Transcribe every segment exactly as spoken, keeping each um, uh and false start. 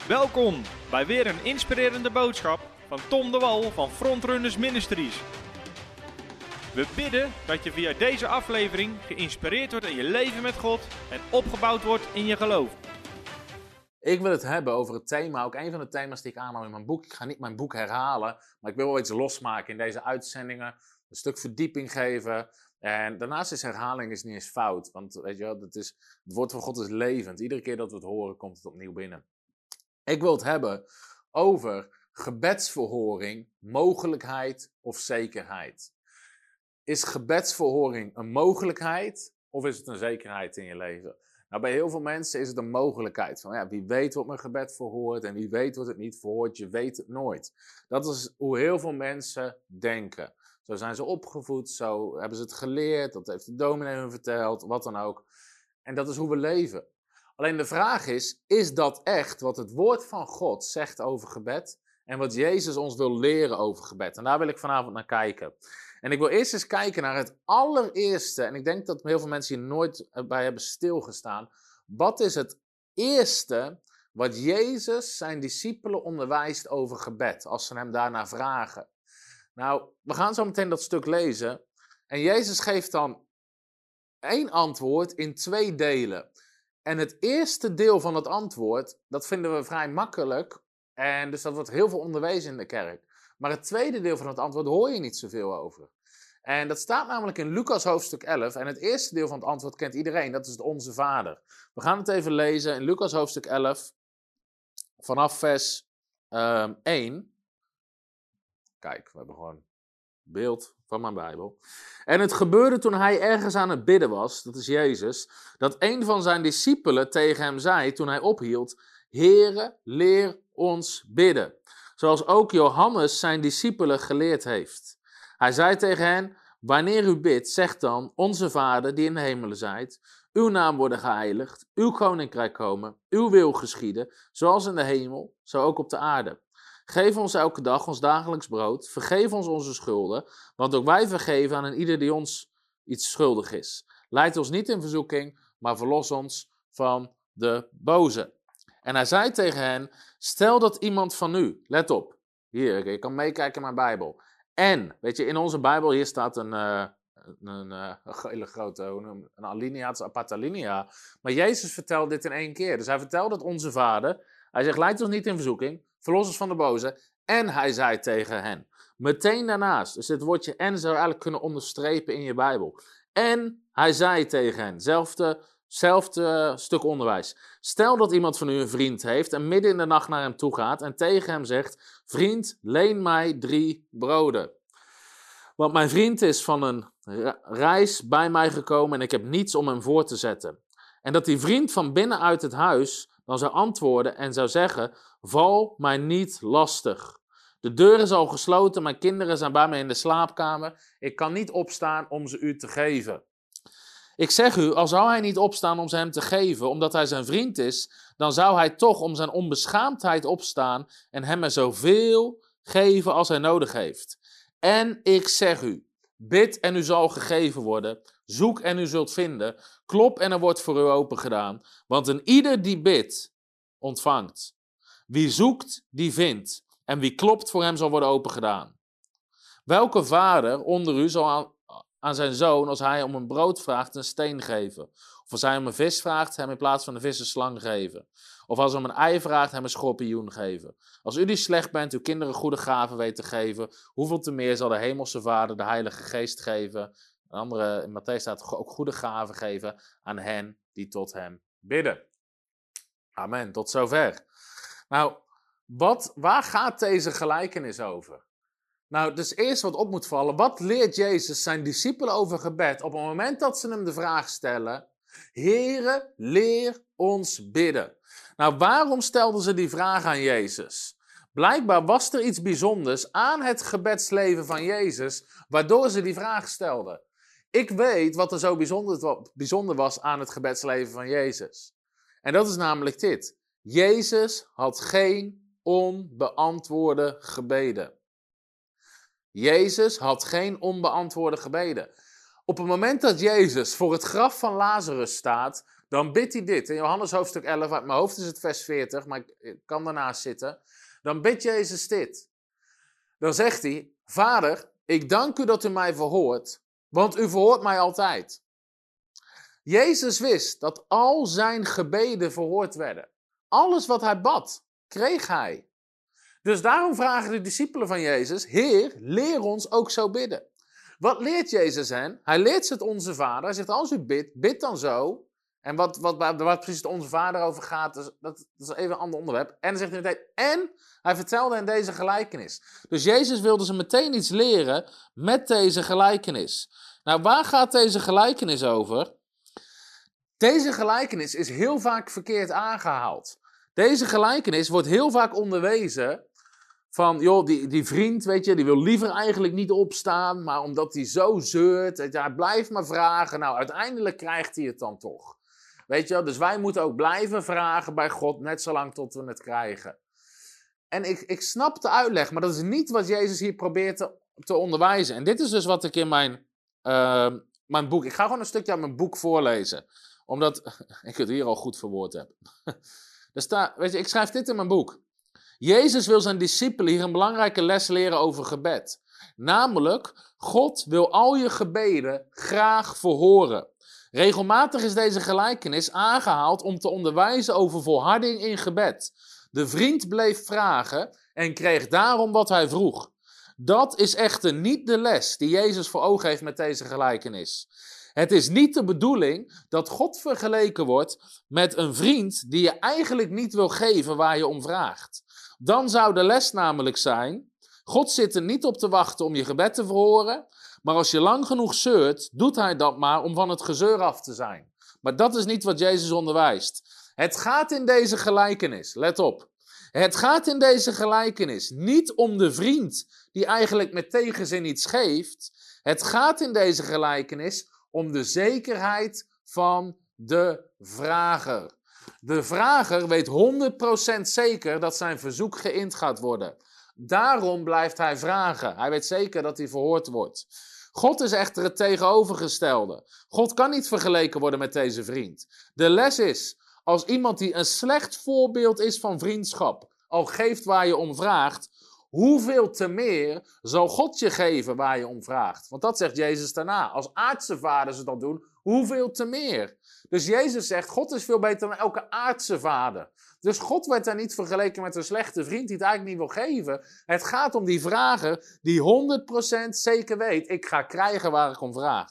Welkom bij weer een inspirerende boodschap van Tom de Wal van Frontrunners Ministries. We bidden dat je via deze aflevering geïnspireerd wordt in je leven met God en opgebouwd wordt in je geloof. Ik wil het hebben over het thema, ook een van de thema's die ik aanhaal in mijn boek. Ik ga niet mijn boek herhalen, maar ik wil wel iets losmaken in deze uitzendingen. Een stuk verdieping geven. En daarnaast is herhaling is niet eens fout, want weet je wel, dat is, het woord van God is levend. Iedere keer dat we het horen, komt het opnieuw binnen. Ik wil het hebben over gebedsverhoring, mogelijkheid of zekerheid. Is gebedsverhoring een mogelijkheid of is het een zekerheid in je leven? Nou, bij heel veel mensen is het een mogelijkheid. Van, ja, wie weet wordt mijn gebed verhoord en wie weet wordt het niet verhoord, je weet het nooit. Dat is hoe heel veel mensen denken. Zo zijn ze opgevoed, zo hebben ze het geleerd, dat heeft de dominee hun verteld, wat dan ook. En dat is hoe we leven. Alleen de vraag is, is dat echt wat het woord van God zegt over gebed en wat Jezus ons wil leren over gebed? En daar wil ik vanavond naar kijken. En ik wil eerst eens kijken naar het allereerste, en ik denk dat heel veel mensen hier nooit bij hebben stilgestaan. Wat is het eerste wat Jezus zijn discipelen onderwijst over gebed, als ze hem daarna vragen? Nou, we gaan zo meteen dat stuk lezen. En Jezus geeft dan één antwoord in twee delen. En het eerste deel van het antwoord, dat vinden we vrij makkelijk. En dus dat wordt heel veel onderwezen in de kerk. Maar het tweede deel van het antwoord hoor je niet zoveel over. En dat staat namelijk in Lucas hoofdstuk elf. En het eerste deel van het antwoord kent iedereen, dat is het Onze Vader. We gaan het even lezen in Lucas hoofdstuk elf, vanaf vers um, één. Kijk, we hebben gewoon beeld van mijn Bijbel. En het gebeurde toen hij ergens aan het bidden was, dat is Jezus, dat een van zijn discipelen tegen hem zei, toen hij ophield, Heere, leer ons bidden, zoals ook Johannes zijn discipelen geleerd heeft. Hij zei tegen hen, wanneer u bidt, zeg dan, onze Vader die in de hemelen zijt, uw naam worden geheiligd, uw koninkrijk komen, uw wil geschieden, zoals in de hemel, zo ook op de aarde. Geef ons elke dag ons dagelijks brood. Vergeef ons onze schulden, want ook wij vergeven aan een ieder die ons iets schuldig is. Leid ons niet in verzoeking, maar verlos ons van de boze. En hij zei tegen hen, stel dat iemand van u, let op, hier, je kan meekijken in mijn Bijbel. En, weet je, in onze Bijbel, hier staat een, uh, een, een, uh, een hele grote, een, een alinea, het is apart alinea. Maar Jezus vertelt dit in één keer. Dus hij vertelt het onze Vader. Hij zegt, leid ons niet in verzoeking. Verlos ons van de boze. En hij zei tegen hen. Meteen daarnaast. Dus dit woordje en zou je eigenlijk kunnen onderstrepen in je Bijbel. En hij zei tegen hen. Zelfde, zelfde stuk onderwijs. Stel dat iemand van u een vriend heeft. En midden in de nacht naar hem toe gaat. En tegen hem zegt. Vriend, leen mij drie broden. Want mijn vriend is van een reis bij mij gekomen. En ik heb niets om hem voor te zetten. En dat die vriend van binnenuit het huis dan zou antwoorden en zou zeggen, val mij niet lastig. De deur is al gesloten, mijn kinderen zijn bij mij in de slaapkamer. Ik kan niet opstaan om ze u te geven. Ik zeg u, al zou hij niet opstaan om ze hem te geven, omdat hij zijn vriend is, dan zou hij toch om zijn onbeschaamdheid opstaan en hem er zoveel geven als hij nodig heeft. En ik zeg u, bid en u zal gegeven worden, zoek en u zult vinden, klop en er wordt voor u open gedaan. Want een ieder die bidt, ontvangt. Wie zoekt, die vindt. En wie klopt, voor hem zal worden open gedaan. Welke vader onder u zal aan, aan zijn zoon, als hij om een brood vraagt, een steen geven? Of als hij om een vis vraagt, hem in plaats van een vis een slang geven? Of als hij om een ei vraagt, hem een schorpioen geven? Als u die slecht bent, uw kinderen goede gaven weet te geven, hoeveel te meer zal de hemelse Vader de Heilige Geest geven? Een andere, in Mattheüs staat ook goede gaven geven aan hen die tot hem bidden. Amen, tot zover. Nou, wat, waar gaat deze gelijkenis over? Nou, dus eerst wat op moet vallen. Wat leert Jezus zijn discipelen over gebed op het moment dat ze hem de vraag stellen, Heere, leer ons bidden. Nou, waarom stelden ze die vraag aan Jezus? Blijkbaar was er iets bijzonders aan het gebedsleven van Jezus, waardoor ze die vraag stelden. Ik weet wat er zo bijzonder, bijzonder was aan het gebedsleven van Jezus. En dat is namelijk dit. Jezus had geen onbeantwoorde gebeden. Jezus had geen onbeantwoorde gebeden. Op het moment dat Jezus voor het graf van Lazarus staat, dan bidt hij dit. In Johannes hoofdstuk elf, uit mijn hoofd is het vers veertig, maar ik kan daarnaast zitten. Dan bidt Jezus dit. Dan zegt hij, Vader, ik dank u dat u mij verhoort, want u verhoort mij altijd. Jezus wist dat al zijn gebeden verhoord werden. Alles wat hij bad, kreeg hij. Dus daarom vragen de discipelen van Jezus, Heer, leer ons ook zo bidden. Wat leert Jezus hen? Hij leert ze het Onze Vader. Hij zegt, als u bidt, bid dan zo. En wat, wat, wat, wat precies het Onze Vader over gaat, dat, dat is even een ander onderwerp. En dan zegt hij meteen, en hij vertelde hen deze gelijkenis. Dus Jezus wilde ze meteen iets leren met deze gelijkenis. Nou, waar gaat deze gelijkenis over? Deze gelijkenis is heel vaak verkeerd aangehaald. Deze gelijkenis wordt heel vaak onderwezen van, joh, die, die vriend, weet je, die wil liever eigenlijk niet opstaan, maar omdat hij zo zeurt, weet je, hij blijft maar vragen. Nou, uiteindelijk krijgt hij het dan toch. Weet je wel, dus wij moeten ook blijven vragen bij God, net zolang tot we het krijgen. En ik, ik snap de uitleg, maar dat is niet wat Jezus hier probeert te, te onderwijzen. En dit is dus wat ik in mijn, uh, mijn boek, ik ga gewoon een stukje uit mijn boek voorlezen. Omdat ik het hier al goed verwoord heb. Er staat, weet je, ik schrijf dit in mijn boek. Jezus wil zijn discipelen hier een belangrijke les leren over gebed. Namelijk, God wil al je gebeden graag verhoren. Regelmatig is deze gelijkenis aangehaald om te onderwijzen over volharding in gebed. De vriend bleef vragen en kreeg daarom wat hij vroeg. Dat is echter niet de les die Jezus voor ogen heeft met deze gelijkenis. Het is niet de bedoeling dat God vergeleken wordt met een vriend die je eigenlijk niet wil geven waar je om vraagt. Dan zou de les namelijk zijn, God zit er niet op te wachten om je gebed te verhoren, maar als je lang genoeg zeurt, doet hij dat maar om van het gezeur af te zijn. Maar dat is niet wat Jezus onderwijst. Het gaat in deze gelijkenis, let op. Het gaat in deze gelijkenis niet om de vriend die eigenlijk met tegenzin iets geeft. Het gaat in deze gelijkenis om de zekerheid van de vrager. De vrager weet honderd procent zeker dat zijn verzoek geïnd gaat worden. Daarom blijft hij vragen. Hij weet zeker dat hij verhoord wordt. God is echter het tegenovergestelde. God kan niet vergeleken worden met deze vriend. De les is, als iemand die een slecht voorbeeld is van vriendschap, al geeft waar je om vraagt, hoeveel te meer zal God je geven waar je om vraagt? Want dat zegt Jezus daarna. Als aardse vaders dat doen, hoeveel te meer? Dus Jezus zegt, God is veel beter dan elke aardse vader. Dus God werd daar niet vergeleken met een slechte vriend die het eigenlijk niet wil geven. Het gaat om die vrager die honderd procent zeker weet, ik ga krijgen waar ik om vraag.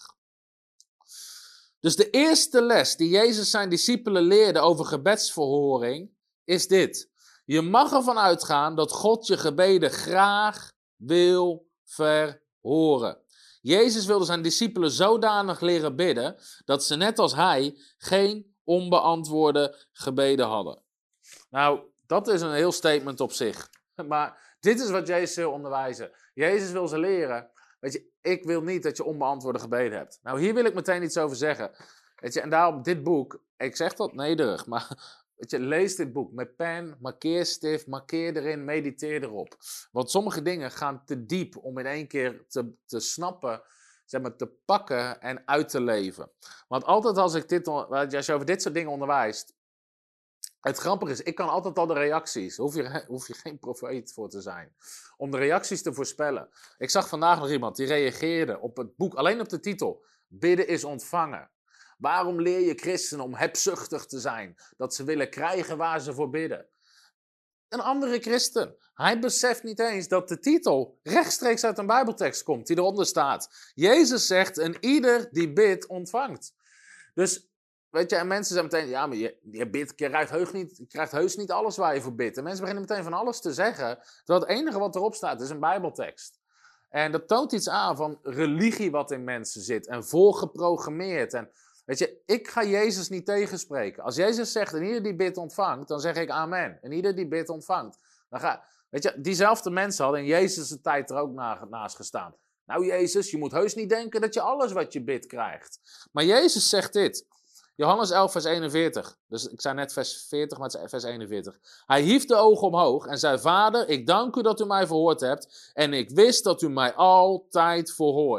Dus de eerste les die Jezus zijn discipelen leerde over gebedsverhoring is dit. Je mag ervan uitgaan dat God je gebeden graag wil verhoren. Jezus wilde zijn discipelen zodanig leren bidden dat ze net als hij geen onbeantwoorde gebeden hadden. Nou, dat is een heel statement op zich. Maar dit is wat Jezus wil onderwijzen. Jezus wil ze leren. Weet je, ik wil niet dat je onbeantwoorde gebeden hebt. Nou, hier wil ik meteen iets over zeggen. Weet je, en daarom dit boek, ik zeg dat nederig, maar weet je, lees dit boek met pen, markeerstift, markeer erin, mediteer erop. Want sommige dingen gaan te diep om in één keer te, te snappen, zeg maar, te pakken en uit te leven. Want altijd als ik dit, als je over dit soort dingen onderwijst, het grappige is, ik kan altijd al de reacties, hoef je, hoef je geen profeet voor te zijn, om de reacties te voorspellen. Ik zag vandaag nog iemand die reageerde op het boek, alleen op de titel, Bidden is ontvangen. Waarom leer je christenen om hebzuchtig te zijn? Dat ze willen krijgen waar ze voor bidden. Een andere christen, hij beseft niet eens dat de titel rechtstreeks uit een bijbeltekst komt, die eronder staat. Jezus zegt, en ieder die bidt, ontvangt. Dus, weet je, en mensen zeggen meteen, ja, maar je, je bidt, je krijgt, heus niet, je krijgt heus niet alles waar je voor bidt. En mensen beginnen meteen van alles te zeggen, terwijl het enige wat erop staat is een bijbeltekst. En dat toont iets aan van religie wat in mensen zit en voorgeprogrammeerd. En weet je, ik ga Jezus niet tegenspreken. Als Jezus zegt, en ieder die bidt ontvangt, dan zeg ik amen. En ieder die bidt ontvangt. Dan ga, weet je, diezelfde mensen hadden in Jezus' tijd er ook na, naast gestaan. Nou Jezus, je moet heus niet denken dat je alles wat je bidt krijgt. Maar Jezus zegt dit. Johannes elf vers eenenveertig. Dus ik zei net vers veertig, maar het is vers eenenveertig. Hij hief de ogen omhoog en zei, Vader, ik dank u dat u mij verhoord hebt. En ik wist dat u mij altijd verhoort.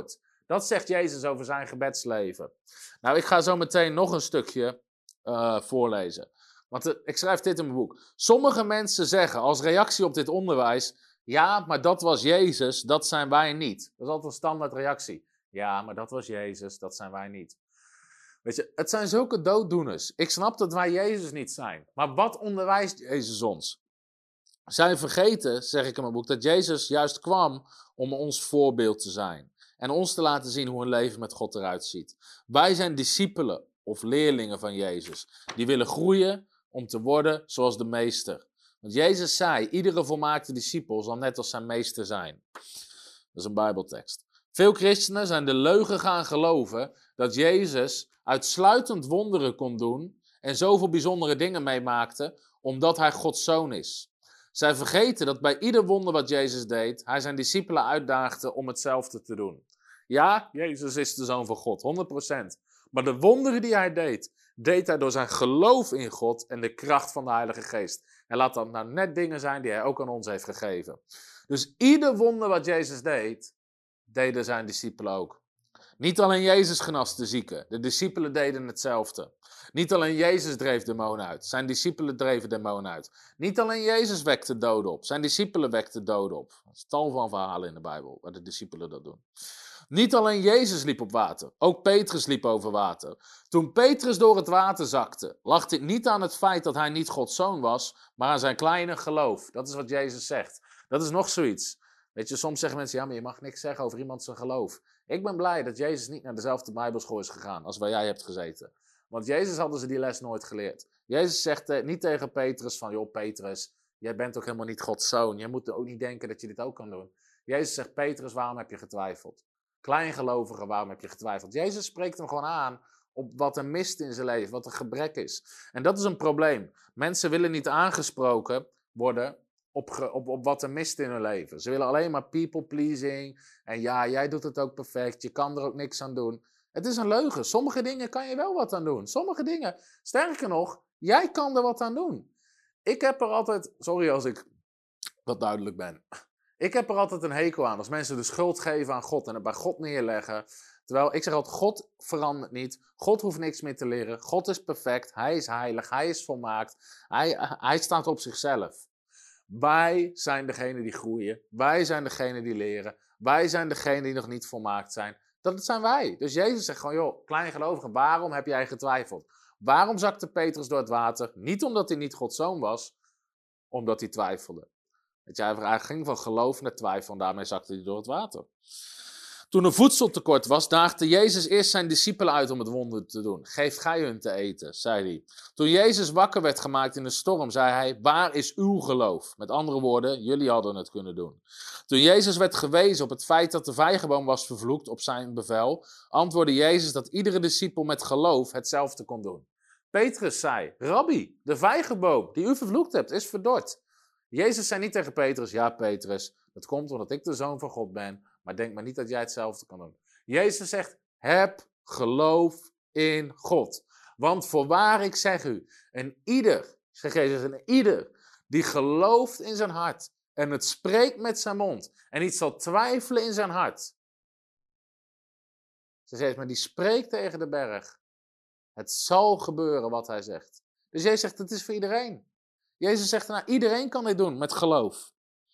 Dat zegt Jezus over zijn gebedsleven. Nou, ik ga zo meteen nog een stukje uh, voorlezen. Want uh, ik schrijf dit in mijn boek. Sommige mensen zeggen als reactie op dit onderwijs... Ja, maar dat was Jezus, dat zijn wij niet. Dat is altijd een standaard reactie. Ja, maar dat was Jezus, dat zijn wij niet. Weet je, het zijn zulke dooddoeners. Ik snap dat wij Jezus niet zijn. Maar wat onderwijst Jezus ons? Zij vergeten, zeg ik in mijn boek, dat Jezus juist kwam om ons voorbeeld te zijn. En ons te laten zien hoe een leven met God eruit ziet. Wij zijn discipelen of leerlingen van Jezus. Die willen groeien om te worden zoals de meester. Want Jezus zei, iedere volmaakte discipel zal net als zijn meester zijn. Dat is een Bijbeltekst. Veel christenen zijn de leugen gaan geloven dat Jezus uitsluitend wonderen kon doen en zoveel bijzondere dingen meemaakte, omdat hij Gods zoon is. Zij vergeten dat bij ieder wonder wat Jezus deed, hij zijn discipelen uitdaagde om hetzelfde te doen. Ja, Jezus is de zoon van God, honderd procent. Maar de wonderen die hij deed, deed hij door zijn geloof in God en de kracht van de Heilige Geest. En laat dat nou net dingen zijn die hij ook aan ons heeft gegeven. Dus ieder wonder wat Jezus deed, deden zijn discipelen ook. Niet alleen Jezus genas de zieken, de discipelen deden hetzelfde. Niet alleen Jezus dreef demonen uit, zijn discipelen dreven demonen uit. Niet alleen Jezus wekte doden op, zijn discipelen wekten doden op. Er is tal van verhalen in de Bijbel waar de discipelen dat doen. Niet alleen Jezus liep op water, ook Petrus liep over water. Toen Petrus door het water zakte, lag dit niet aan het feit dat hij niet Gods zoon was, maar aan zijn kleine geloof. Dat is wat Jezus zegt. Dat is nog zoiets. Weet je, soms zeggen mensen, ja, maar je mag niks zeggen over iemand zijn geloof. Ik ben blij dat Jezus niet naar dezelfde Bijbelschool is gegaan als waar jij hebt gezeten. Want Jezus hadden ze die les nooit geleerd. Jezus zegt eh, niet tegen Petrus van, joh Petrus, jij bent ook helemaal niet Gods zoon. Je moet ook niet denken dat je dit ook kan doen. Jezus zegt, Petrus, waarom heb je getwijfeld? Kleingelovige, waarom heb je getwijfeld? Jezus spreekt hem gewoon aan op wat er mist in zijn leven, wat een gebrek is. En dat is een probleem. Mensen willen niet aangesproken worden op, ge, op, op wat er mist in hun leven. Ze willen alleen maar people pleasing. En ja, jij doet het ook perfect. Je kan er ook niks aan doen. Het is een leugen. Sommige dingen kan je wel wat aan doen. Sommige dingen, sterker nog, jij kan er wat aan doen. Ik heb er altijd, sorry als ik wat duidelijk ben. Ik heb er altijd een hekel aan als mensen de schuld geven aan God en het bij God neerleggen. Terwijl ik zeg altijd, God verandert niet. God hoeft niks meer te leren. God is perfect. Hij is heilig. Hij is volmaakt. Hij, hij staat op zichzelf. Wij zijn degene die groeien. Wij zijn degene die leren. Wij zijn degene die nog niet volmaakt zijn. Dat zijn wij. Dus Jezus zegt gewoon, joh, kleingelovige, waarom heb jij getwijfeld? Waarom zakte Petrus door het water? Niet omdat hij niet Gods zoon was, omdat hij twijfelde. Dat jij hij ging van geloof naar twijfel en daarmee zakte hij door het water. Toen er voedseltekort was, daagde Jezus eerst zijn discipelen uit om het wonder te doen. Geeft gij hun te eten, zei hij. Toen Jezus wakker werd gemaakt in de storm, zei hij, waar is uw geloof? Met andere woorden, jullie hadden het kunnen doen. Toen Jezus werd gewezen op het feit dat de vijgenboom was vervloekt op zijn bevel, antwoordde Jezus dat iedere discipel met geloof hetzelfde kon doen. Petrus zei, Rabbi, de vijgenboom die u vervloekt hebt, is verdord. Jezus zei niet tegen Petrus, ja Petrus, dat komt omdat ik de zoon van God ben, maar denk maar niet dat jij hetzelfde kan doen. Jezus zegt, heb geloof in God. Want voorwaar ik zeg u, en ieder, zegt Jezus, en ieder die gelooft in zijn hart en het spreekt met zijn mond en niet zal twijfelen in zijn hart. Ze zegt, maar die spreekt tegen de berg. Het zal gebeuren wat hij zegt. Dus Jezus zegt, het is voor iedereen. Jezus zegt, nou, iedereen kan dit doen met geloof.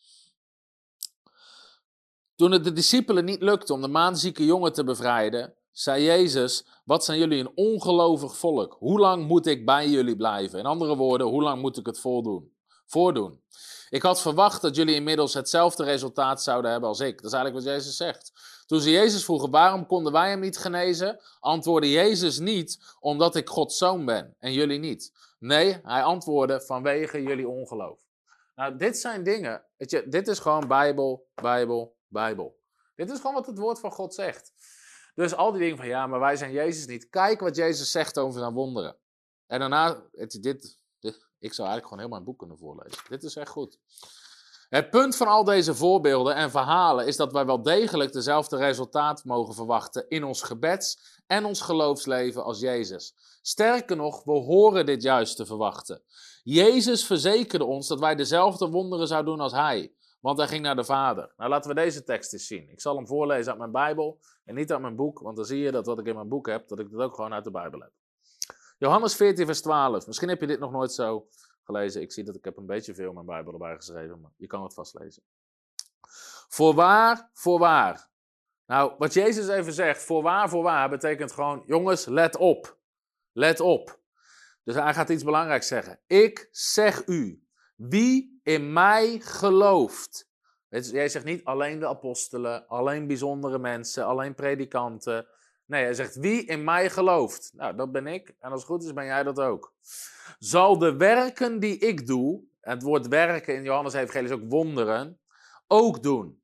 Toen het de discipelen niet lukte om de maanzieke jongen te bevrijden, zei Jezus, wat zijn jullie een ongelovig volk? Hoe lang moet ik bij jullie blijven? In andere woorden, hoe lang moet ik het voordoen? voordoen? Ik had verwacht dat jullie inmiddels hetzelfde resultaat zouden hebben als ik. Dat is eigenlijk wat Jezus zegt. Toen ze Jezus vroegen, waarom konden wij hem niet genezen? Antwoordde Jezus niet, omdat ik Gods zoon ben en jullie niet. Nee, hij antwoordde vanwege jullie ongeloof. Nou, dit zijn dingen, weet je, dit is gewoon Bijbel, Bijbel, Bijbel. Dit is gewoon wat het woord van God zegt. Dus al die dingen van, ja, maar wij zijn Jezus niet. Kijk wat Jezus zegt over zijn wonderen. En daarna, het, dit, dit, ik zou eigenlijk gewoon heel mijn boek kunnen voorlezen. Dit is echt goed. Het punt van al deze voorbeelden en verhalen is dat wij wel degelijk dezelfde resultaat mogen verwachten in ons gebeds en ons geloofsleven als Jezus. Sterker nog, we horen dit juist te verwachten. Jezus verzekerde ons dat wij dezelfde wonderen zouden doen als hij. want hij ging naar de Vader. Nou, laten we deze tekst eens zien. Ik zal hem voorlezen uit mijn Bijbel en niet uit mijn boek, want dan zie je dat wat ik in mijn boek heb, dat ik dat ook gewoon uit de Bijbel heb. Johannes veertien vers twaalf. Misschien heb je dit nog nooit zo gelezen. Ik zie dat ik heb een beetje veel in mijn Bijbel erbij geschreven, maar je kan het vast lezen. Voorwaar, voorwaar. Nou, wat Jezus even zegt, voorwaar, voorwaar, betekent gewoon, jongens, let op. Let op. Dus hij gaat iets belangrijks zeggen. Ik zeg u, wie in mij gelooft. Weet je, jij zegt niet alleen de apostelen, alleen bijzondere mensen, alleen predikanten. Nee, hij zegt wie in mij gelooft. Nou, dat ben ik. En als het goed is, ben jij dat ook. Zal de werken die ik doe, het woord werken in Johannes Evangelie is ook wonderen, ook doen.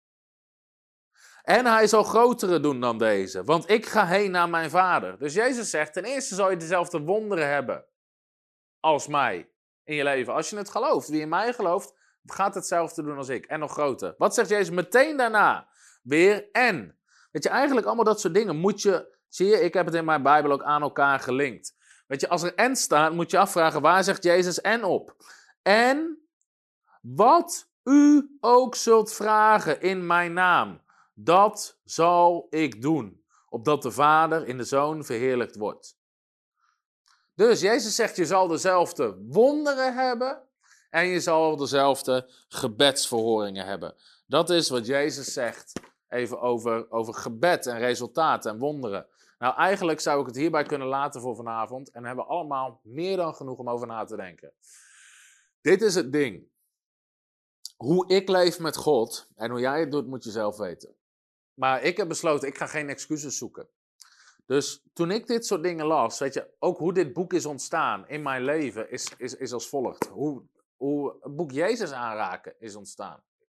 En hij zal grotere doen dan deze, want ik ga heen naar mijn Vader. Dus Jezus zegt, ten eerste zal je dezelfde wonderen hebben als mij in je leven. Als je het gelooft, wie in mij gelooft, gaat hetzelfde doen als ik. En nog groter. Wat zegt Jezus meteen daarna? Weer en. Weet je, eigenlijk allemaal dat soort dingen moet je, zie je, ik heb het in mijn Bijbel ook aan elkaar gelinkt. Weet je, als er en staat, moet je afvragen, waar zegt Jezus en op? En wat u ook zult vragen in mijn naam, dat zal ik doen, opdat de Vader in de Zoon verheerlijkt wordt. Dus Jezus zegt, je zal dezelfde wonderen hebben en je zal dezelfde gebedsverhoringen hebben. Dat is wat Jezus zegt, even over, over gebed en resultaten en wonderen. Nou, eigenlijk zou ik het hierbij kunnen laten voor vanavond en hebben we allemaal meer dan genoeg om over na te denken. Dit is het ding. Hoe ik leef met God en hoe jij het doet, moet je zelf weten. Maar ik heb besloten, ik ga geen excuses zoeken. Dus toen ik dit soort dingen las, weet je, ook hoe dit boek is ontstaan in mijn leven, is, is, is als volgt. Hoe, hoe het boek Jezus aanraken is ontstaan.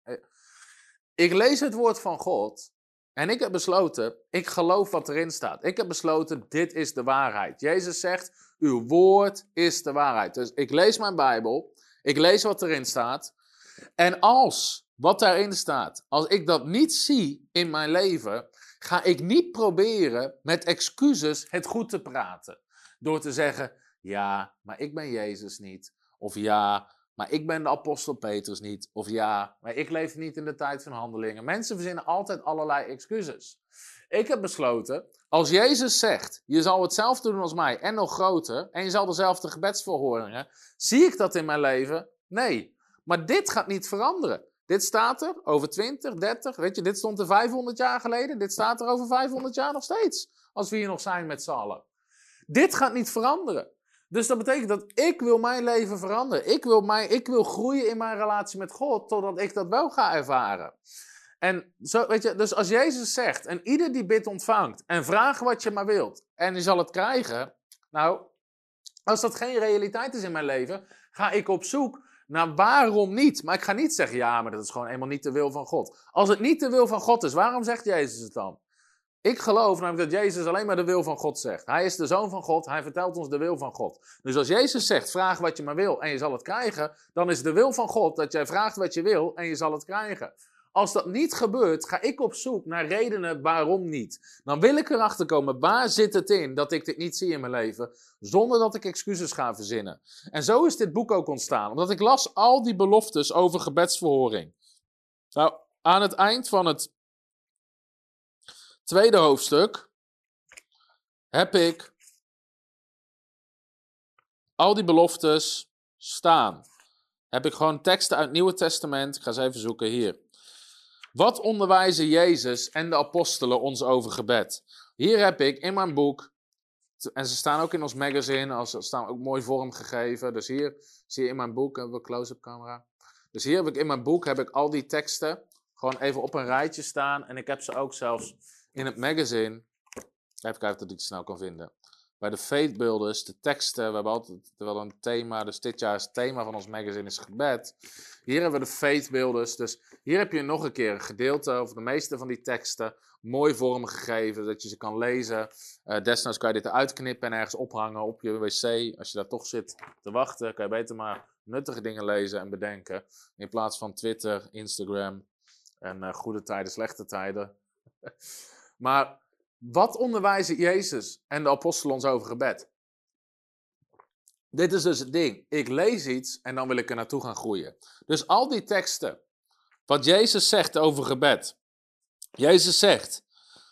Ik lees het woord van God en ik heb besloten, ik geloof wat erin staat. Ik heb besloten, dit is de waarheid. Jezus zegt, uw woord is de waarheid. Dus ik lees mijn Bijbel, ik lees wat erin staat. En als wat daarin staat, als ik dat niet zie in mijn leven, ga ik niet proberen met excuses het goed te praten. Door te zeggen, ja, maar ik ben Jezus niet. Of ja, maar ik ben de apostel Petrus niet. Of ja, maar ik leef niet in de tijd van handelingen. Mensen verzinnen altijd allerlei excuses. Ik heb besloten, als Jezus zegt, je zal hetzelfde doen als mij en nog groter, en je zal dezelfde gebedsverhoringen, zie ik dat in mijn leven? Nee. Maar dit gaat niet veranderen. Dit staat er over twintig, dertig, weet je, dit stond er vijfhonderd jaar geleden. Dit staat er over vijfhonderd jaar nog steeds. Als we hier nog zijn met z'n allen. Dit gaat niet veranderen. Dus dat betekent dat ik wil mijn leven veranderen. Ik wil, mijn, ik wil groeien in mijn relatie met God, totdat ik dat wel ga ervaren. En zo, weet je, dus als Jezus zegt, en ieder die bidt ontvangt, en vraag wat je maar wilt, en je zal het krijgen. Nou, als dat geen realiteit is in mijn leven, ga ik op zoek naar waarom niet. Maar ik ga niet zeggen, ja, maar dat is gewoon eenmaal niet de wil van God. Als het niet de wil van God is, waarom zegt Jezus het dan? Ik geloof namelijk dat Jezus alleen maar de wil van God zegt. Hij is de Zoon van God, hij vertelt ons de wil van God. Dus als Jezus zegt, vraag wat je maar wil en je zal het krijgen, dan is de wil van God dat jij vraagt wat je wil en je zal het krijgen. Als dat niet gebeurt, ga ik op zoek naar redenen waarom niet. Dan wil ik erachter komen, waar zit het in dat ik dit niet zie in mijn leven, zonder dat ik excuses ga verzinnen. En zo is dit boek ook ontstaan, omdat ik las al die beloftes over gebedsverhoring. Nou, aan het eind van het tweede hoofdstuk heb ik al die beloftes staan. Heb ik gewoon teksten uit het Nieuwe Testament, ik ga ze even zoeken hier. Wat onderwijzen Jezus en de apostelen ons over gebed? Hier heb ik in mijn boek, en ze staan ook in ons magazine, ze staan ook mooi vormgegeven. Dus hier zie je in mijn boek, hebben we een close-up camera. Dus hier heb ik in mijn boek heb ik al die teksten gewoon even op een rijtje staan. En ik heb ze ook zelfs in het magazine, even kijken of ik het snel kan vinden. Bij de Faith Builders, de teksten, we hebben altijd wel een thema, dus dit jaar is het thema van ons magazine is gebed. Hier hebben we de Faith Builders, dus hier heb je nog een keer een gedeelte, of de meeste van die teksten, mooi vormgegeven, dat je ze kan lezen. Uh, desnoods kan je dit eruit knippen en ergens ophangen op je wc. Als je daar toch zit te wachten, kan je beter maar nuttige dingen lezen en bedenken. In plaats van Twitter, Instagram en uh, goede tijden, slechte tijden. Maar wat onderwijzen Jezus en de apostelen ons over gebed? Dit is dus het ding. Ik lees iets en dan wil ik er naartoe gaan groeien. Dus al die teksten wat Jezus zegt over gebed. Jezus zegt,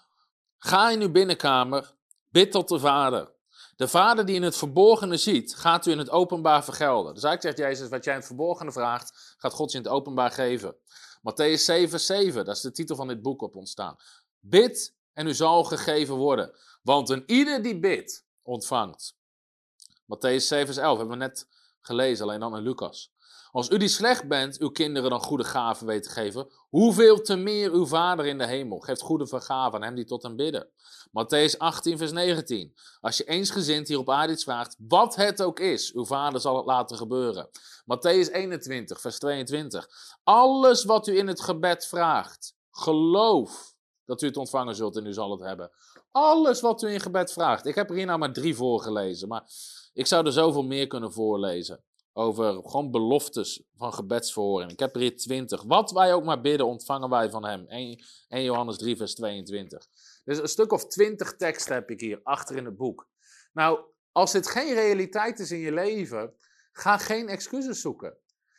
ga in uw binnenkamer, bid tot de Vader. De Vader die in het verborgene ziet, gaat u in het openbaar vergelden. Dus eigenlijk zegt Jezus, wat jij in het verborgene vraagt, gaat God je in het openbaar geven. Mattheüs zeven, vers zeven, dat is de titel van dit boek op ontstaan. Bid en u zal gegeven worden. Want een ieder die bidt, ontvangt. Mattheüs zeven, vers elf, hebben we net gelezen, alleen dan in Lucas. Als u die slecht bent, uw kinderen dan goede gaven weet te geven, hoeveel te meer uw Vader in de hemel geeft goede vergaven aan hem die tot hem bidden. Mattheüs achttien, vers negentien. Als je eensgezind hier op aarde iets vraagt, wat het ook is, uw Vader zal het laten gebeuren. Mattheüs eenentwintig, vers tweeëntwintig. Alles wat u in het gebed vraagt, geloof dat u het ontvangen zult en u zal het hebben. Alles wat u in gebed vraagt. Ik heb er hier nou maar drie voorgelezen, maar ik zou er zoveel meer kunnen voorlezen. Over gewoon beloftes van gebedsverhoring. Ik heb er hier twintig. Wat wij ook maar bidden, ontvangen wij van hem. eerste Johannes drie, vers tweeëntwintig. Dus een stuk of twintig teksten heb ik hier achter in het boek. Nou, als dit geen realiteit is in je leven, ga geen excuses zoeken.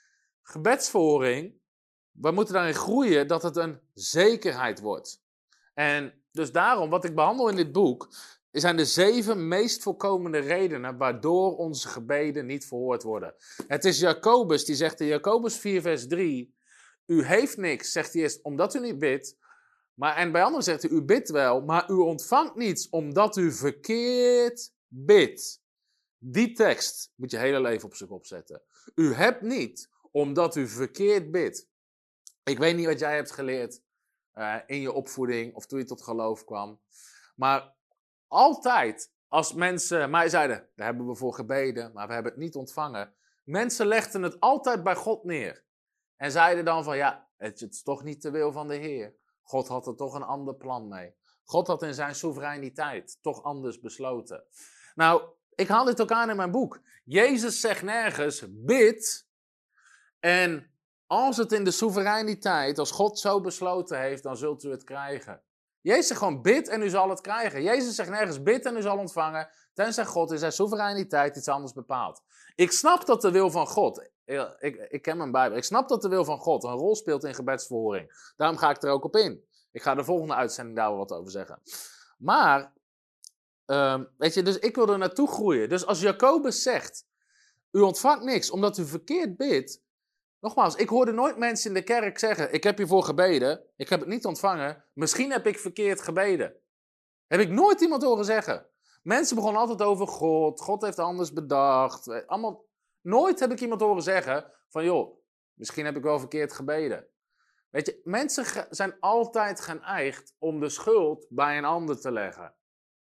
Gebedsverhoring, we moeten daarin groeien dat het een zekerheid wordt. En dus daarom, wat ik behandel in dit boek, zijn de zeven meest voorkomende redenen waardoor onze gebeden niet verhoord worden. Het is Jacobus die zegt in Jacobus vier vers drie, u heeft niks, zegt hij eerst, omdat u niet bidt. Maar, en bij anderen zegt hij, u bidt wel, maar u ontvangt niets omdat u verkeerd bidt. Die tekst moet je hele leven op zijn kop zetten. U hebt niet omdat u verkeerd bidt. Ik weet niet wat jij hebt geleerd uh, in je opvoeding of toen je tot geloof kwam. Maar altijd als mensen mij zeiden, daar hebben we voor gebeden, maar we hebben het niet ontvangen. Mensen legden het altijd bij God neer. En zeiden dan van, ja, het is toch niet de wil van de Heer. God had er toch een ander plan mee. God had in zijn soevereiniteit toch anders besloten. Nou, ik haal dit ook aan in mijn boek. Jezus zegt nergens, bid. En als het in de soevereiniteit, als God zo besloten heeft, dan zult u het krijgen. Jezus zegt gewoon, bid en u zal het krijgen. Jezus zegt nergens, bid en u zal ontvangen. Tenzij God in zijn soevereiniteit iets anders bepaalt. Ik snap dat de wil van God, ik, ik ken mijn Bijbel, ik snap dat de wil van God een rol speelt in gebedsverhoring. Daarom ga ik er ook op in. Ik ga de volgende uitzending daar wel wat over zeggen. Maar, um, weet je, dus ik wil er naartoe groeien. Dus als Jacobus zegt, u ontvangt niks omdat u verkeerd bidt. Nogmaals, ik hoorde nooit mensen in de kerk zeggen, ik heb hiervoor gebeden, ik heb het niet ontvangen, misschien heb ik verkeerd gebeden. Heb ik nooit iemand horen zeggen. Mensen begonnen altijd over God, God heeft anders bedacht. Allemaal, nooit heb ik iemand horen zeggen van, joh, misschien heb ik wel verkeerd gebeden. Weet je, mensen ge- zijn altijd geneigd om de schuld bij een ander te leggen.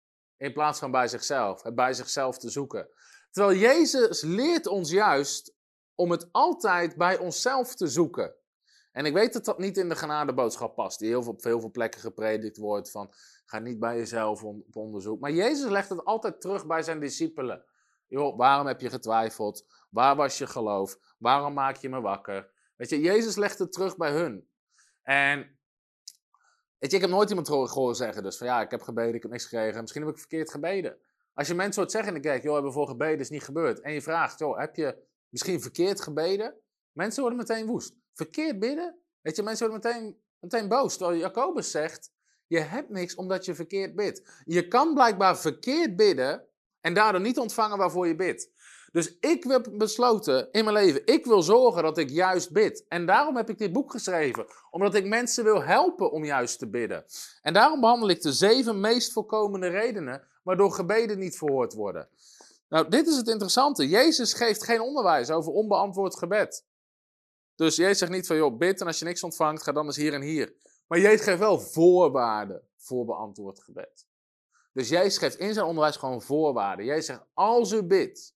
In plaats van bij zichzelf, het bij zichzelf te zoeken. Terwijl Jezus leert ons juist om het altijd bij onszelf te zoeken. En ik weet dat dat niet in de genadeboodschap past, die heel veel, op heel veel plekken gepredikt wordt van, ga niet bij jezelf on, op onderzoek. Maar Jezus legt het altijd terug bij zijn discipelen. Joh, waarom heb je getwijfeld? Waar was je geloof? Waarom maak je me wakker? Weet je, Jezus legt het terug bij hun. En, weet je, ik heb nooit iemand gehoord zeggen, dus van ja, ik heb gebeden, ik heb niks gekregen, misschien heb ik verkeerd gebeden. Als je mensen hoort zeggen in de kerk, joh, hebben we voor gebeden, is niet gebeurd. En je vraagt, joh, heb je misschien verkeerd gebeden? Mensen worden meteen woest. Verkeerd bidden? Weet je, mensen worden meteen, meteen boos. Terwijl Jacobus zegt, je hebt niks omdat je verkeerd bidt. Je kan blijkbaar verkeerd bidden en daardoor niet ontvangen waarvoor je bidt. Dus ik heb besloten in mijn leven, ik wil zorgen dat ik juist bid. En daarom heb ik dit boek geschreven. Omdat ik mensen wil helpen om juist te bidden. En daarom behandel ik de zeven meest voorkomende redenen waardoor gebeden niet verhoord worden. Nou, dit is het interessante. Jezus geeft geen onderwijs over onbeantwoord gebed. Dus Jezus zegt niet van, joh, bid en als je niks ontvangt, ga dan eens hier en hier. Maar Jezus geeft wel voorwaarden voor beantwoord gebed. Dus Jezus geeft in zijn onderwijs gewoon voorwaarden. Jezus zegt, als u bidt,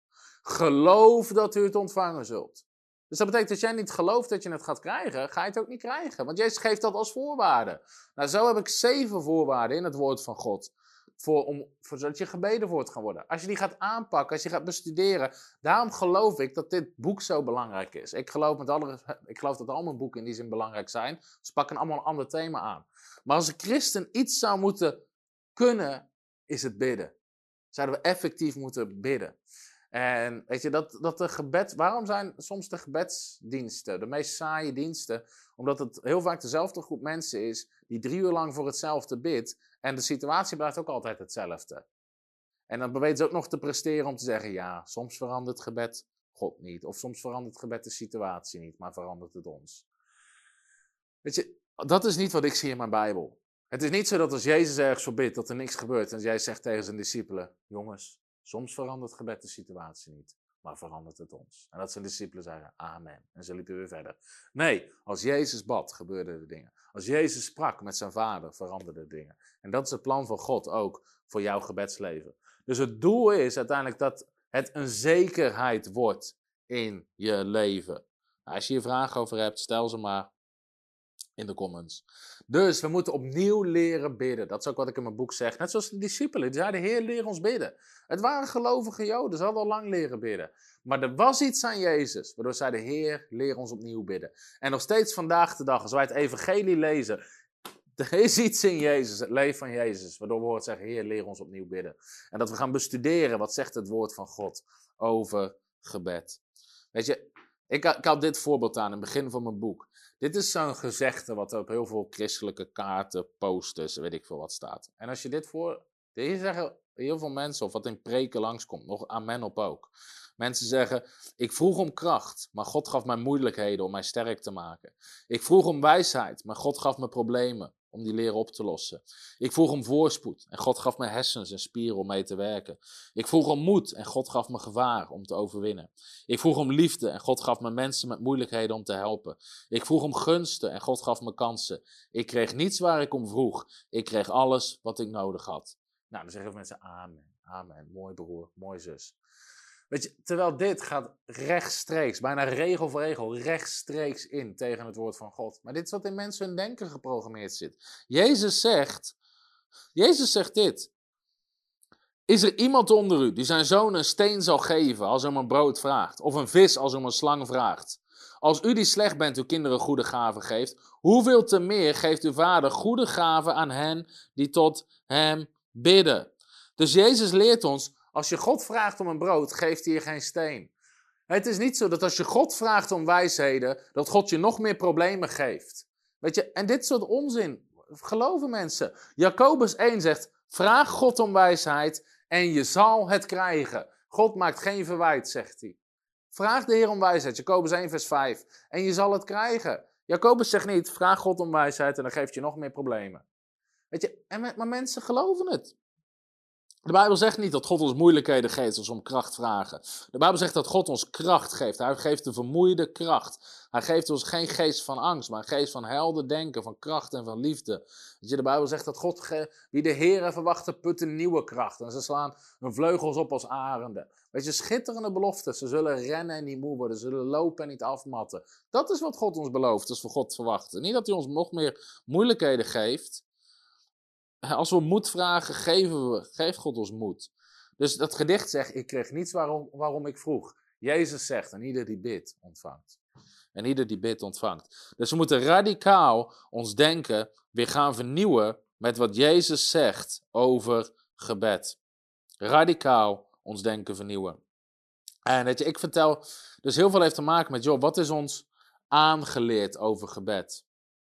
geloof dat u het ontvangen zult. Dus dat betekent, als jij niet gelooft dat je het gaat krijgen, ga je het ook niet krijgen. Want Jezus geeft dat als voorwaarde. Nou, zo heb ik zeven voorwaarden in het woord van God. Voor, om, voor, zodat je gebeden voor gaan worden. Als je die gaat aanpakken, als je gaat bestuderen. Daarom geloof ik dat dit boek zo belangrijk is. Ik geloof, met alle, ik geloof dat al mijn boeken in die zin belangrijk zijn. Ze pakken allemaal een ander thema aan. Maar als een christen iets zou moeten kunnen, is het bidden. Zouden we effectief moeten bidden. En weet je, dat, dat de gebed, waarom zijn soms de gebedsdiensten de meest saaie diensten? Omdat het heel vaak dezelfde groep mensen is die drie uur lang voor hetzelfde bidt. En de situatie blijft ook altijd hetzelfde. En dan weten ze ook nog te presteren om te zeggen, ja, soms verandert gebed God niet. Of soms verandert gebed de situatie niet, maar verandert het ons. Weet je, dat is niet wat ik zie in mijn Bijbel. Het is niet zo dat als Jezus ergens voor bidt, dat er niks gebeurt. En jij zegt tegen zijn discipelen, jongens, soms verandert gebed de situatie niet, maar verandert het ons. En dat zijn discipelen zeggen, amen. En ze liepen weer verder. Nee, als Jezus bad, gebeurden er dingen. Als Jezus sprak met zijn vader, veranderden dingen. En dat is het plan van God ook voor jouw gebedsleven. Dus het doel is uiteindelijk dat het een zekerheid wordt in je leven. Nou, als je hier vragen over hebt, stel ze maar in de comments. Dus we moeten opnieuw leren bidden. Dat is ook wat ik in mijn boek zeg. Net zoals de discipelen. Die zeiden, Heer, leer ons bidden. Het waren gelovige Joden. Ze hadden al lang leren bidden. Maar er was iets aan Jezus. Waardoor ze zeiden, Heer, leer ons opnieuw bidden. En nog steeds vandaag de dag, als wij het evangelie lezen. Er is iets in Jezus, het leven van Jezus. Waardoor we horen zeggen, Heer, leer ons opnieuw bidden. En dat we gaan bestuderen. Wat zegt het woord van God over gebed. Weet je, ik, ik had dit voorbeeld aan in het begin van mijn boek. Dit is zo'n gezegde wat op heel veel christelijke kaarten, posters, weet ik veel wat staat. En als je dit voor... Hier zeggen heel veel mensen, of wat in preken langskomt, nog amen op ook. Mensen zeggen, ik vroeg om kracht, maar God gaf mij moeilijkheden om mij sterk te maken. Ik vroeg om wijsheid, maar God gaf me problemen om die leren op te lossen. Ik vroeg om voorspoed en God gaf me hersens en spieren om mee te werken. Ik vroeg om moed en God gaf me gevaar om te overwinnen. Ik vroeg om liefde en God gaf me mensen met moeilijkheden om te helpen. Ik vroeg om gunsten en God gaf me kansen. Ik kreeg niets waar ik om vroeg. Ik kreeg alles wat ik nodig had. Nou, dan zeggen mensen amen, amen, mooi broer, mooi zus. Weet je, terwijl dit gaat rechtstreeks, bijna regel voor regel, rechtstreeks in tegen het woord van God. Maar dit is wat in mensen hun denken geprogrammeerd zit. Jezus zegt, Jezus zegt dit. Is er iemand onder u die zijn zoon een steen zal geven als hij om een brood vraagt? Of een vis als hij om een slang vraagt? Als u die slecht bent uw kinderen goede gaven geeft, hoeveel te meer geeft uw vader goede gaven aan hen die tot hem bidden? Dus Jezus leert ons, als je God vraagt om een brood, geeft hij je geen steen. Het is niet zo dat als je God vraagt om wijsheden, dat God je nog meer problemen geeft. Weet je, en dit soort onzin, geloven mensen. Jacobus één zegt, vraag God om wijsheid en je zal het krijgen. God maakt geen verwijt, zegt hij. Vraag de Heer om wijsheid, Jacobus één vers vijf, en je zal het krijgen. Jacobus zegt niet, vraag God om wijsheid en dan geeft je nog meer problemen. Weet je, en, maar mensen geloven het. De Bijbel zegt niet dat God ons moeilijkheden geeft als we om kracht vragen. De Bijbel zegt dat God ons kracht geeft. Hij geeft de vermoeide kracht. Hij geeft ons geen geest van angst, maar een geest van helder denken, van kracht en van liefde. Weet je, de Bijbel zegt dat God, ge- wie de Heere verwachten, putten nieuwe kracht. En ze slaan hun vleugels op als arenden. Weet je, schitterende beloftes. Ze zullen rennen en niet moe worden. Ze zullen lopen en niet afmatten. Dat is wat God ons belooft, als we God verwachten. Niet dat hij ons nog meer moeilijkheden geeft. Als we moed vragen, geven we, geeft God ons moed. Dus dat gedicht zegt, ik kreeg niets waarom, waarom ik vroeg. Jezus zegt, en ieder die bidt, ontvangt. En ieder die bidt, ontvangt. Dus we moeten radicaal ons denken weer gaan vernieuwen met wat Jezus zegt over gebed. Radicaal ons denken vernieuwen. En weet je, ik vertel, dus heel veel heeft te maken met, joh, wat is ons aangeleerd over gebed?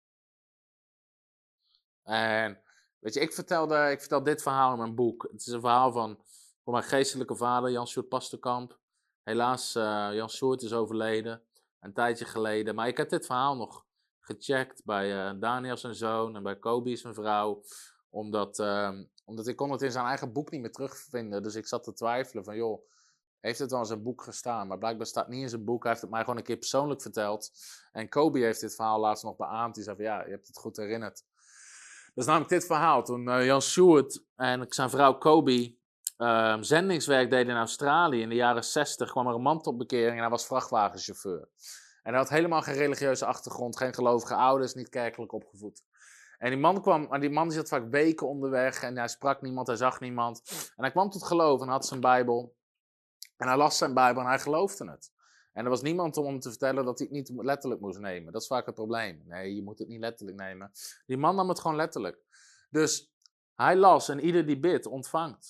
En weet je, ik, vertelde, ik vertel dit verhaal in mijn boek. Het is een verhaal van, van mijn geestelijke vader, Jan Sjoerd Pasterkamp. Helaas, uh, Jan Sjoerd is overleden, een tijdje geleden. Maar ik heb dit verhaal nog gecheckt bij uh, Daniel zijn zoon en bij Kobe zijn vrouw. Omdat, uh, omdat ik kon het in zijn eigen boek niet meer terugvinden. Dus ik zat te twijfelen van, joh, heeft het wel in zijn boek gestaan? Maar blijkbaar staat het niet in zijn boek. Hij heeft het mij gewoon een keer persoonlijk verteld. En Kobe heeft dit verhaal laatst nog beaamd. Die zei van, ja, je hebt het goed herinnerd. Dat is namelijk dit verhaal. Toen uh, Jan Sjoerd en zijn vrouw Kobe uh, zendingswerk deden in Australië in de jaren zestig, kwam er een man tot bekering en hij was vrachtwagenchauffeur. En hij had helemaal geen religieuze achtergrond, geen gelovige ouders, niet kerkelijk opgevoed. En die man kwam, maar die man zat vaak weken onderweg en hij sprak niemand, hij zag niemand. En hij kwam tot geloof en had zijn Bijbel. En hij las zijn Bijbel en hij geloofde het. En er was niemand om hem te vertellen dat hij het niet letterlijk moest nemen. Dat is vaak het probleem. Nee, je moet het niet letterlijk nemen. Die man nam het gewoon letterlijk. Dus hij las en ieder die bidt ontvangt.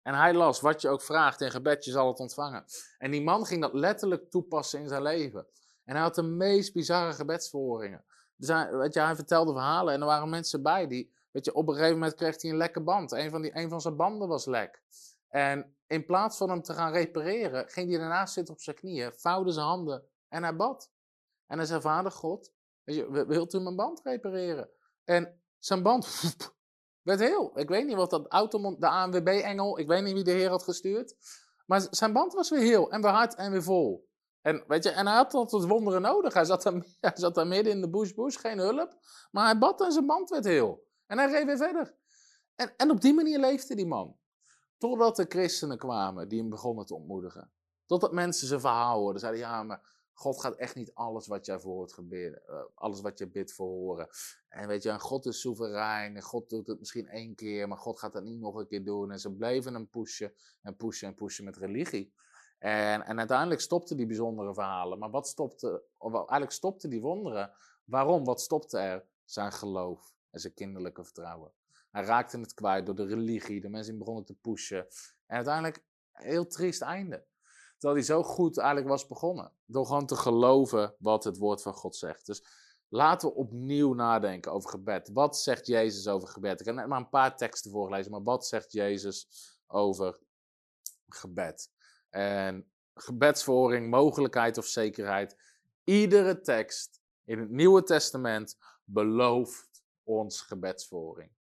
En hij las, wat je ook vraagt in gebed, je zal het ontvangen. En die man ging dat letterlijk toepassen in zijn leven. En hij had de meest bizarre gebedsverhoringen. Dus hij, weet je, hij vertelde verhalen en er waren mensen bij die, weet je, op een gegeven moment kreeg hij een lekke band. Een van, die, een van zijn banden was lek. En in plaats van hem te gaan repareren, ging hij daarnaast zitten op zijn knieën, vouwde zijn handen en hij bad. En hij zei, Vader God, weet je, wilt u mijn band repareren? En zijn band werd heel. Ik weet niet wat dat auto, de A N W B-engel, ik weet niet wie de Heer had gestuurd. Maar zijn band was weer heel en weer hard en weer vol. En, weet je, en hij had tot wonderen nodig. Hij zat, daar, hij zat daar midden in de bush bush, geen hulp. Maar hij bad en zijn band werd heel. En hij reed weer verder. En, en op die manier leefde die man. Totdat de christenen kwamen die hem begonnen te ontmoedigen. Totdat mensen zijn verhaal hoorden. Zeiden, ja, maar God gaat echt niet alles wat jij voor hoort gebeuren. Uh, alles wat je bidt verhoren. En weet je, God is soeverein. En God doet het misschien één keer, maar God gaat dat niet nog een keer doen. En ze bleven hem pushen en pushen en pushen met religie. En, en uiteindelijk stopten die bijzondere verhalen. Maar wat stopte, of eigenlijk stopte die wonderen. Waarom? Wat stopte er? Zijn geloof en zijn kinderlijke vertrouwen. Hij raakte het kwijt door de religie, de mensen die begonnen te pushen. En uiteindelijk een heel triest einde. Terwijl hij zo goed eigenlijk was begonnen. Door gewoon te geloven wat het woord van God zegt. Dus laten we opnieuw nadenken over gebed. Wat zegt Jezus over gebed? Ik heb net maar een paar teksten voorgelezen, maar wat zegt Jezus over gebed? En gebedsverhoring, mogelijkheid of zekerheid. Iedere tekst in het Nieuwe Testament belooft ons gebedsverhoring.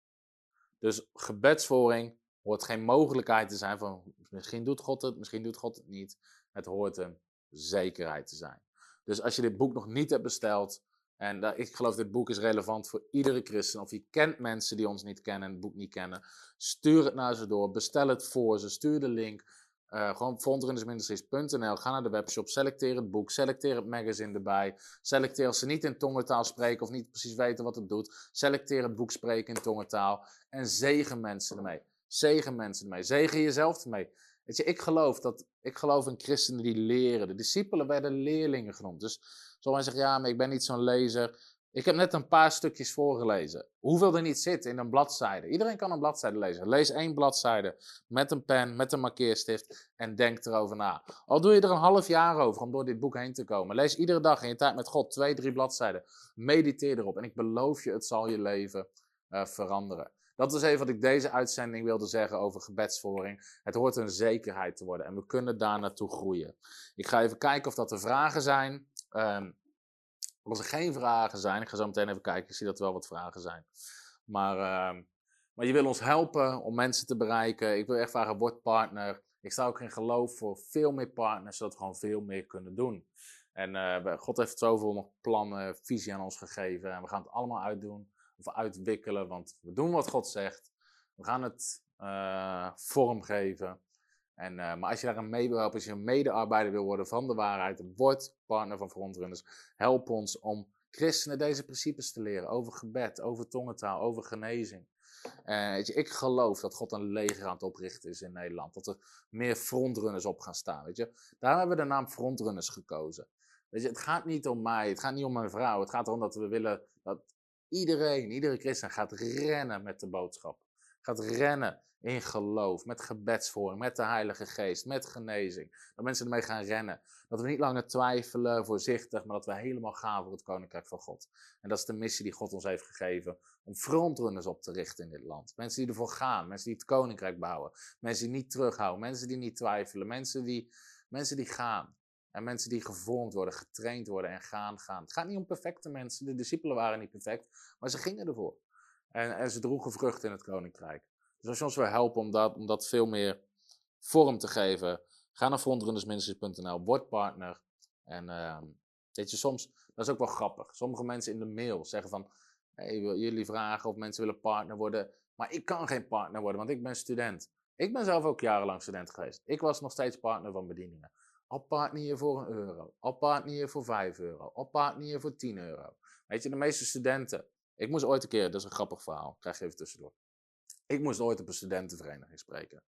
Dus gebedsverhoring hoort geen mogelijkheid te zijn van misschien doet God het, misschien doet God het niet. Het hoort een zekerheid te zijn. Dus als je dit boek nog niet hebt besteld, en uh, ik geloof dit boek is relevant voor iedere christen, of je kent mensen die ons niet kennen en het boek niet kennen, stuur het naar ze door, bestel het voor ze, stuur de link. Uh, gewoon frontrunnersministries punt n l, ga naar de webshop, selecteer het boek, selecteer het magazine erbij, selecteer als ze niet in tongentaal spreken of niet precies weten wat het doet, selecteer het boek spreken in tongentaal en zegen mensen ermee. Zegen mensen ermee, zegen jezelf ermee. Weet je, ik geloof dat, ik geloof in christenen die leren. De discipelen werden leerlingen genoemd. Dus sommigen zeggen, ja, maar ik ben niet zo'n lezer. Ik heb net een paar stukjes voorgelezen. Hoeveel er niet zit in een bladzijde. Iedereen kan een bladzijde lezen. Lees één bladzijde met een pen, met een markeerstift en denk erover na. Al doe je er een half jaar over om door dit boek heen te komen. Lees iedere dag in je tijd met God twee, drie bladzijden. Mediteer erop en ik beloof je, het zal je leven uh, veranderen. Dat is even wat ik deze uitzending wilde zeggen over gebedsverhoring. Het hoort een zekerheid te worden en we kunnen daar naartoe groeien. Ik ga even kijken of dat er vragen zijn. Um, Als er geen vragen zijn, ik ga zo meteen even kijken, ik zie dat er wel wat vragen zijn. Maar, uh, maar je wil ons helpen om mensen te bereiken. Ik wil echt vragen, word partner. Ik sta ook in geloof voor veel meer partners, zodat we gewoon veel meer kunnen doen. En uh, God heeft zoveel nog plannen, visie aan ons gegeven. En we gaan het allemaal uitdoen, of uitwikkelen, want we doen wat God zegt. We gaan het uh, vormgeven. En, uh, maar als je daar een mee wil helpen, als je een medearbeider wil worden van de waarheid, word partner van Frontrunners. Help ons om christenen deze principes te leren over gebed, over tongentaal, over genezing. Uh, weet je, ik geloof dat God een leger aan het oprichten is in Nederland. Dat er meer frontrunners op gaan staan. Weet je. Daarom hebben we de naam Frontrunners gekozen. Weet je, het gaat niet om mij, het gaat niet om mijn vrouw. Het gaat erom dat we willen dat iedereen, iedere christen gaat rennen met de boodschap. Gaat rennen in geloof, met gebedsverhoring, met de Heilige Geest, met genezing. Dat mensen ermee gaan rennen. Dat we niet langer twijfelen, voorzichtig, maar dat we helemaal gaan voor het Koninkrijk van God. En dat is de missie die God ons heeft gegeven, om frontrunners op te richten in dit land. Mensen die ervoor gaan, mensen die het Koninkrijk bouwen. Mensen die niet terughouden, mensen die niet twijfelen, mensen die, mensen die gaan. En mensen die gevormd worden, getraind worden en gaan, gaan. Het gaat niet om perfecte mensen, de discipelen waren niet perfect, maar ze gingen ervoor. En, en ze droegen vrucht in het Koninkrijk. Dus als je ons wil helpen om dat, om dat veel meer vorm te geven, ga naar frontrunnersministries punt n l, word partner. En uh, weet je, soms, dat is ook wel grappig. Sommige mensen in de mail zeggen van, hey, jullie vragen of mensen willen partner worden, maar ik kan geen partner worden, want ik ben student. Ik ben zelf ook jarenlang student geweest. Ik was nog steeds partner van bedieningen. Al partner je voor een euro, al partner je voor vijf euro, al partner je voor tien euro. Weet je, de meeste studenten. Ik moest ooit een keer, dat is een grappig verhaal, krijg je even tussendoor. Ik moest ooit op een studentenvereniging spreken.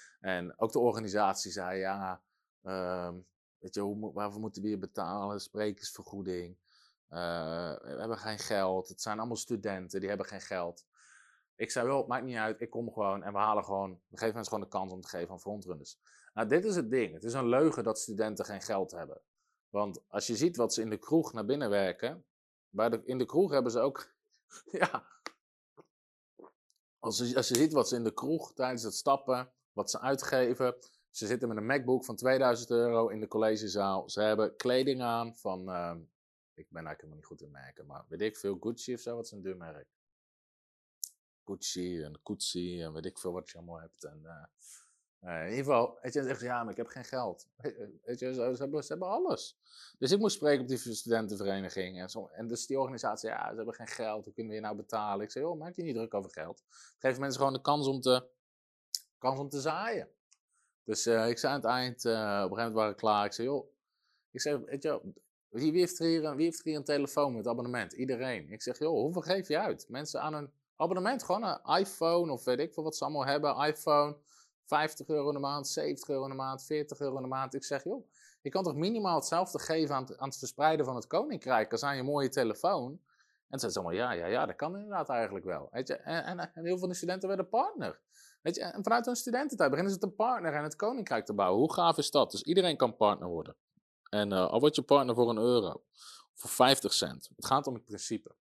En ook de organisatie zei, ja, uh, weet je, hoe, waarvoor moeten we hier betalen? Sprekersvergoeding. Uh, we hebben geen geld. Het zijn allemaal studenten, die hebben geen geld. Ik zei, wel, maakt niet uit, ik kom gewoon en we halen gewoon, we geven mensen gewoon de kans om te geven aan frontrunners. Nou, dit is het ding. Het is een leugen dat studenten geen geld hebben. Want als je ziet wat ze in de kroeg naar binnen werken, bij de, in de kroeg hebben ze ook, ja, als je, als je ziet wat ze in de kroeg tijdens het stappen, wat ze uitgeven, ze zitten met een MacBook van tweeduizend euro in de collegezaal, ze hebben kleding aan van, uh, ik ben eigenlijk helemaal niet goed in merken, maar weet ik veel, Gucci of zo, wat is een duur merk? Gucci en Gucci en weet ik veel wat je allemaal hebt. En, uh, uh, in ieder geval, weet je, zegt ja, maar ik heb geen geld. Weet je, ze, hebben, ze hebben alles. Dus ik moest spreken op die studentenvereniging. En, zo, en dus die organisatie, ja, ze hebben geen geld. Hoe kunnen we je nou betalen? Ik zei, joh, maak je niet druk over geld. Geef mensen gewoon de kans om te, kans om te zaaien. Dus uh, ik zei aan het eind, uh, op een gegeven moment waren we klaar. Ik zei, joh, ik zei, weet je, wie, wie, heeft er hier, wie heeft er hier een telefoon met abonnement? Iedereen. Ik zeg, joh, hoeveel geef je uit? Mensen aan een abonnement, gewoon een iPhone of weet ik veel wat ze allemaal hebben. iPhone, vijftig euro in de maand, zeventig euro in de maand, veertig euro in de maand. Ik zeg, joh, je kan toch minimaal hetzelfde geven aan het, aan het verspreiden van het koninkrijk als aan je mooie telefoon. En ze zeiden allemaal, ja, ja, ja, dat kan inderdaad eigenlijk wel. Weet je? En, en, en heel veel van de studenten werden partner. Weet je? En vanuit hun studententijd beginnen ze te partner en het koninkrijk te bouwen. Hoe gaaf is dat? Dus iedereen kan partner worden. En uh, al word je partner voor een euro, voor vijftig cent. Het gaat om het principe.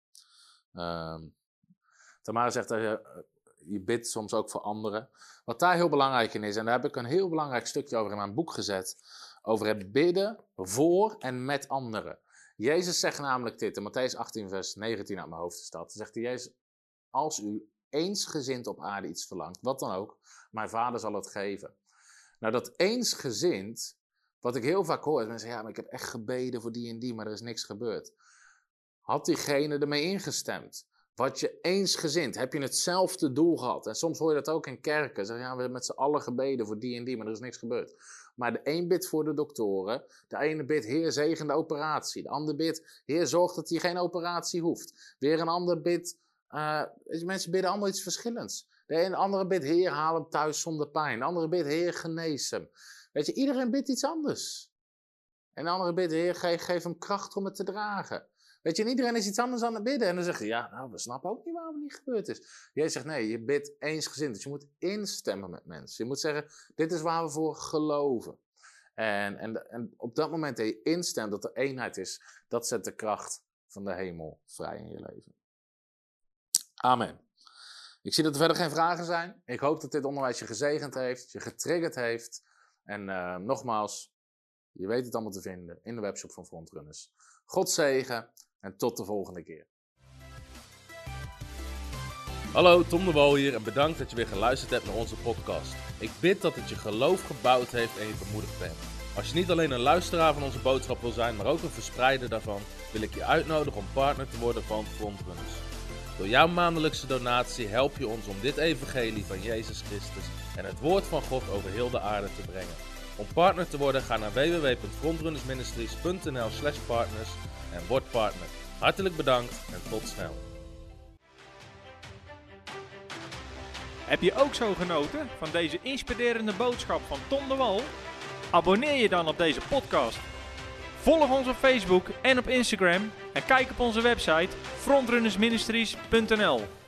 Um, Tamara zegt dat je, je bidt soms ook voor anderen. Wat daar heel belangrijk in is, en daar heb ik een heel belangrijk stukje over in mijn boek gezet, over het bidden voor en met anderen. Jezus zegt namelijk dit, in Mattheüs achttien vers negentien uit mijn hoofd staat. Dan zegt hij, Jezus, als u eensgezind op aarde iets verlangt, wat dan ook, mijn vader zal het geven. Nou, dat eensgezind, wat ik heel vaak hoor, is mensen zeggen, ja, maar ik heb echt gebeden voor die en die, maar er is niks gebeurd. Had diegene ermee ingestemd? Wat je eensgezind, heb je hetzelfde doel gehad? En soms hoor je dat ook in kerken. Zeggen, ja, we hebben met z'n allen gebeden voor die en die, maar er is niks gebeurd. Maar de een bidt voor de doktoren. De ene bidt, Heer, zegen de operatie. De ander bidt, Heer, zorg dat hij geen operatie hoeft. Weer een ander bidt, uh, mensen bidden allemaal iets verschillends. De ene andere bidt, Heer, haal hem thuis zonder pijn. De andere bidt, Heer, genees hem. Weet je, iedereen bidt iets anders. En de andere bidt, Heer, geef, geef hem kracht om het te dragen. Weet je, en iedereen is iets anders aan het bidden. En dan zeg je, ja, nou, we snappen ook niet waarom het niet gebeurd is. Jij zegt, nee, je bidt eensgezind. Dus je moet instemmen met mensen. Je moet zeggen, dit is waar we voor geloven. En, en, en op dat moment dat je instemt, dat er eenheid is, dat zet de kracht van de hemel vrij in je leven. Amen. Ik zie dat er verder geen vragen zijn. Ik hoop dat dit onderwijs je gezegend heeft, je getriggerd heeft. En uh, nogmaals, je weet het allemaal te vinden in de webshop van Frontrunners. God zegen en tot de volgende keer. Hallo, Tom de Wol hier en bedankt dat je weer geluisterd hebt naar onze podcast. Ik bid dat het je geloof gebouwd heeft en je bemoedigd bent. Als je niet alleen een luisteraar van onze boodschap wil zijn, maar ook een verspreider daarvan, wil ik je uitnodigen om partner te worden van Frontrunners. Door jouw maandelijkse donatie help je ons om dit evangelie van Jezus Christus en het woord van God over heel de aarde te brengen. Om partner te worden, ga naar w w w punt frontrunnersministries punt n l slash partners en word partner. Hartelijk bedankt en tot snel. Heb je ook zo genoten van deze inspirerende boodschap van Tom de Wal? Abonneer je dan op deze podcast. Volg ons op Facebook en op Instagram en kijk op onze website frontrunnersministries punt n l.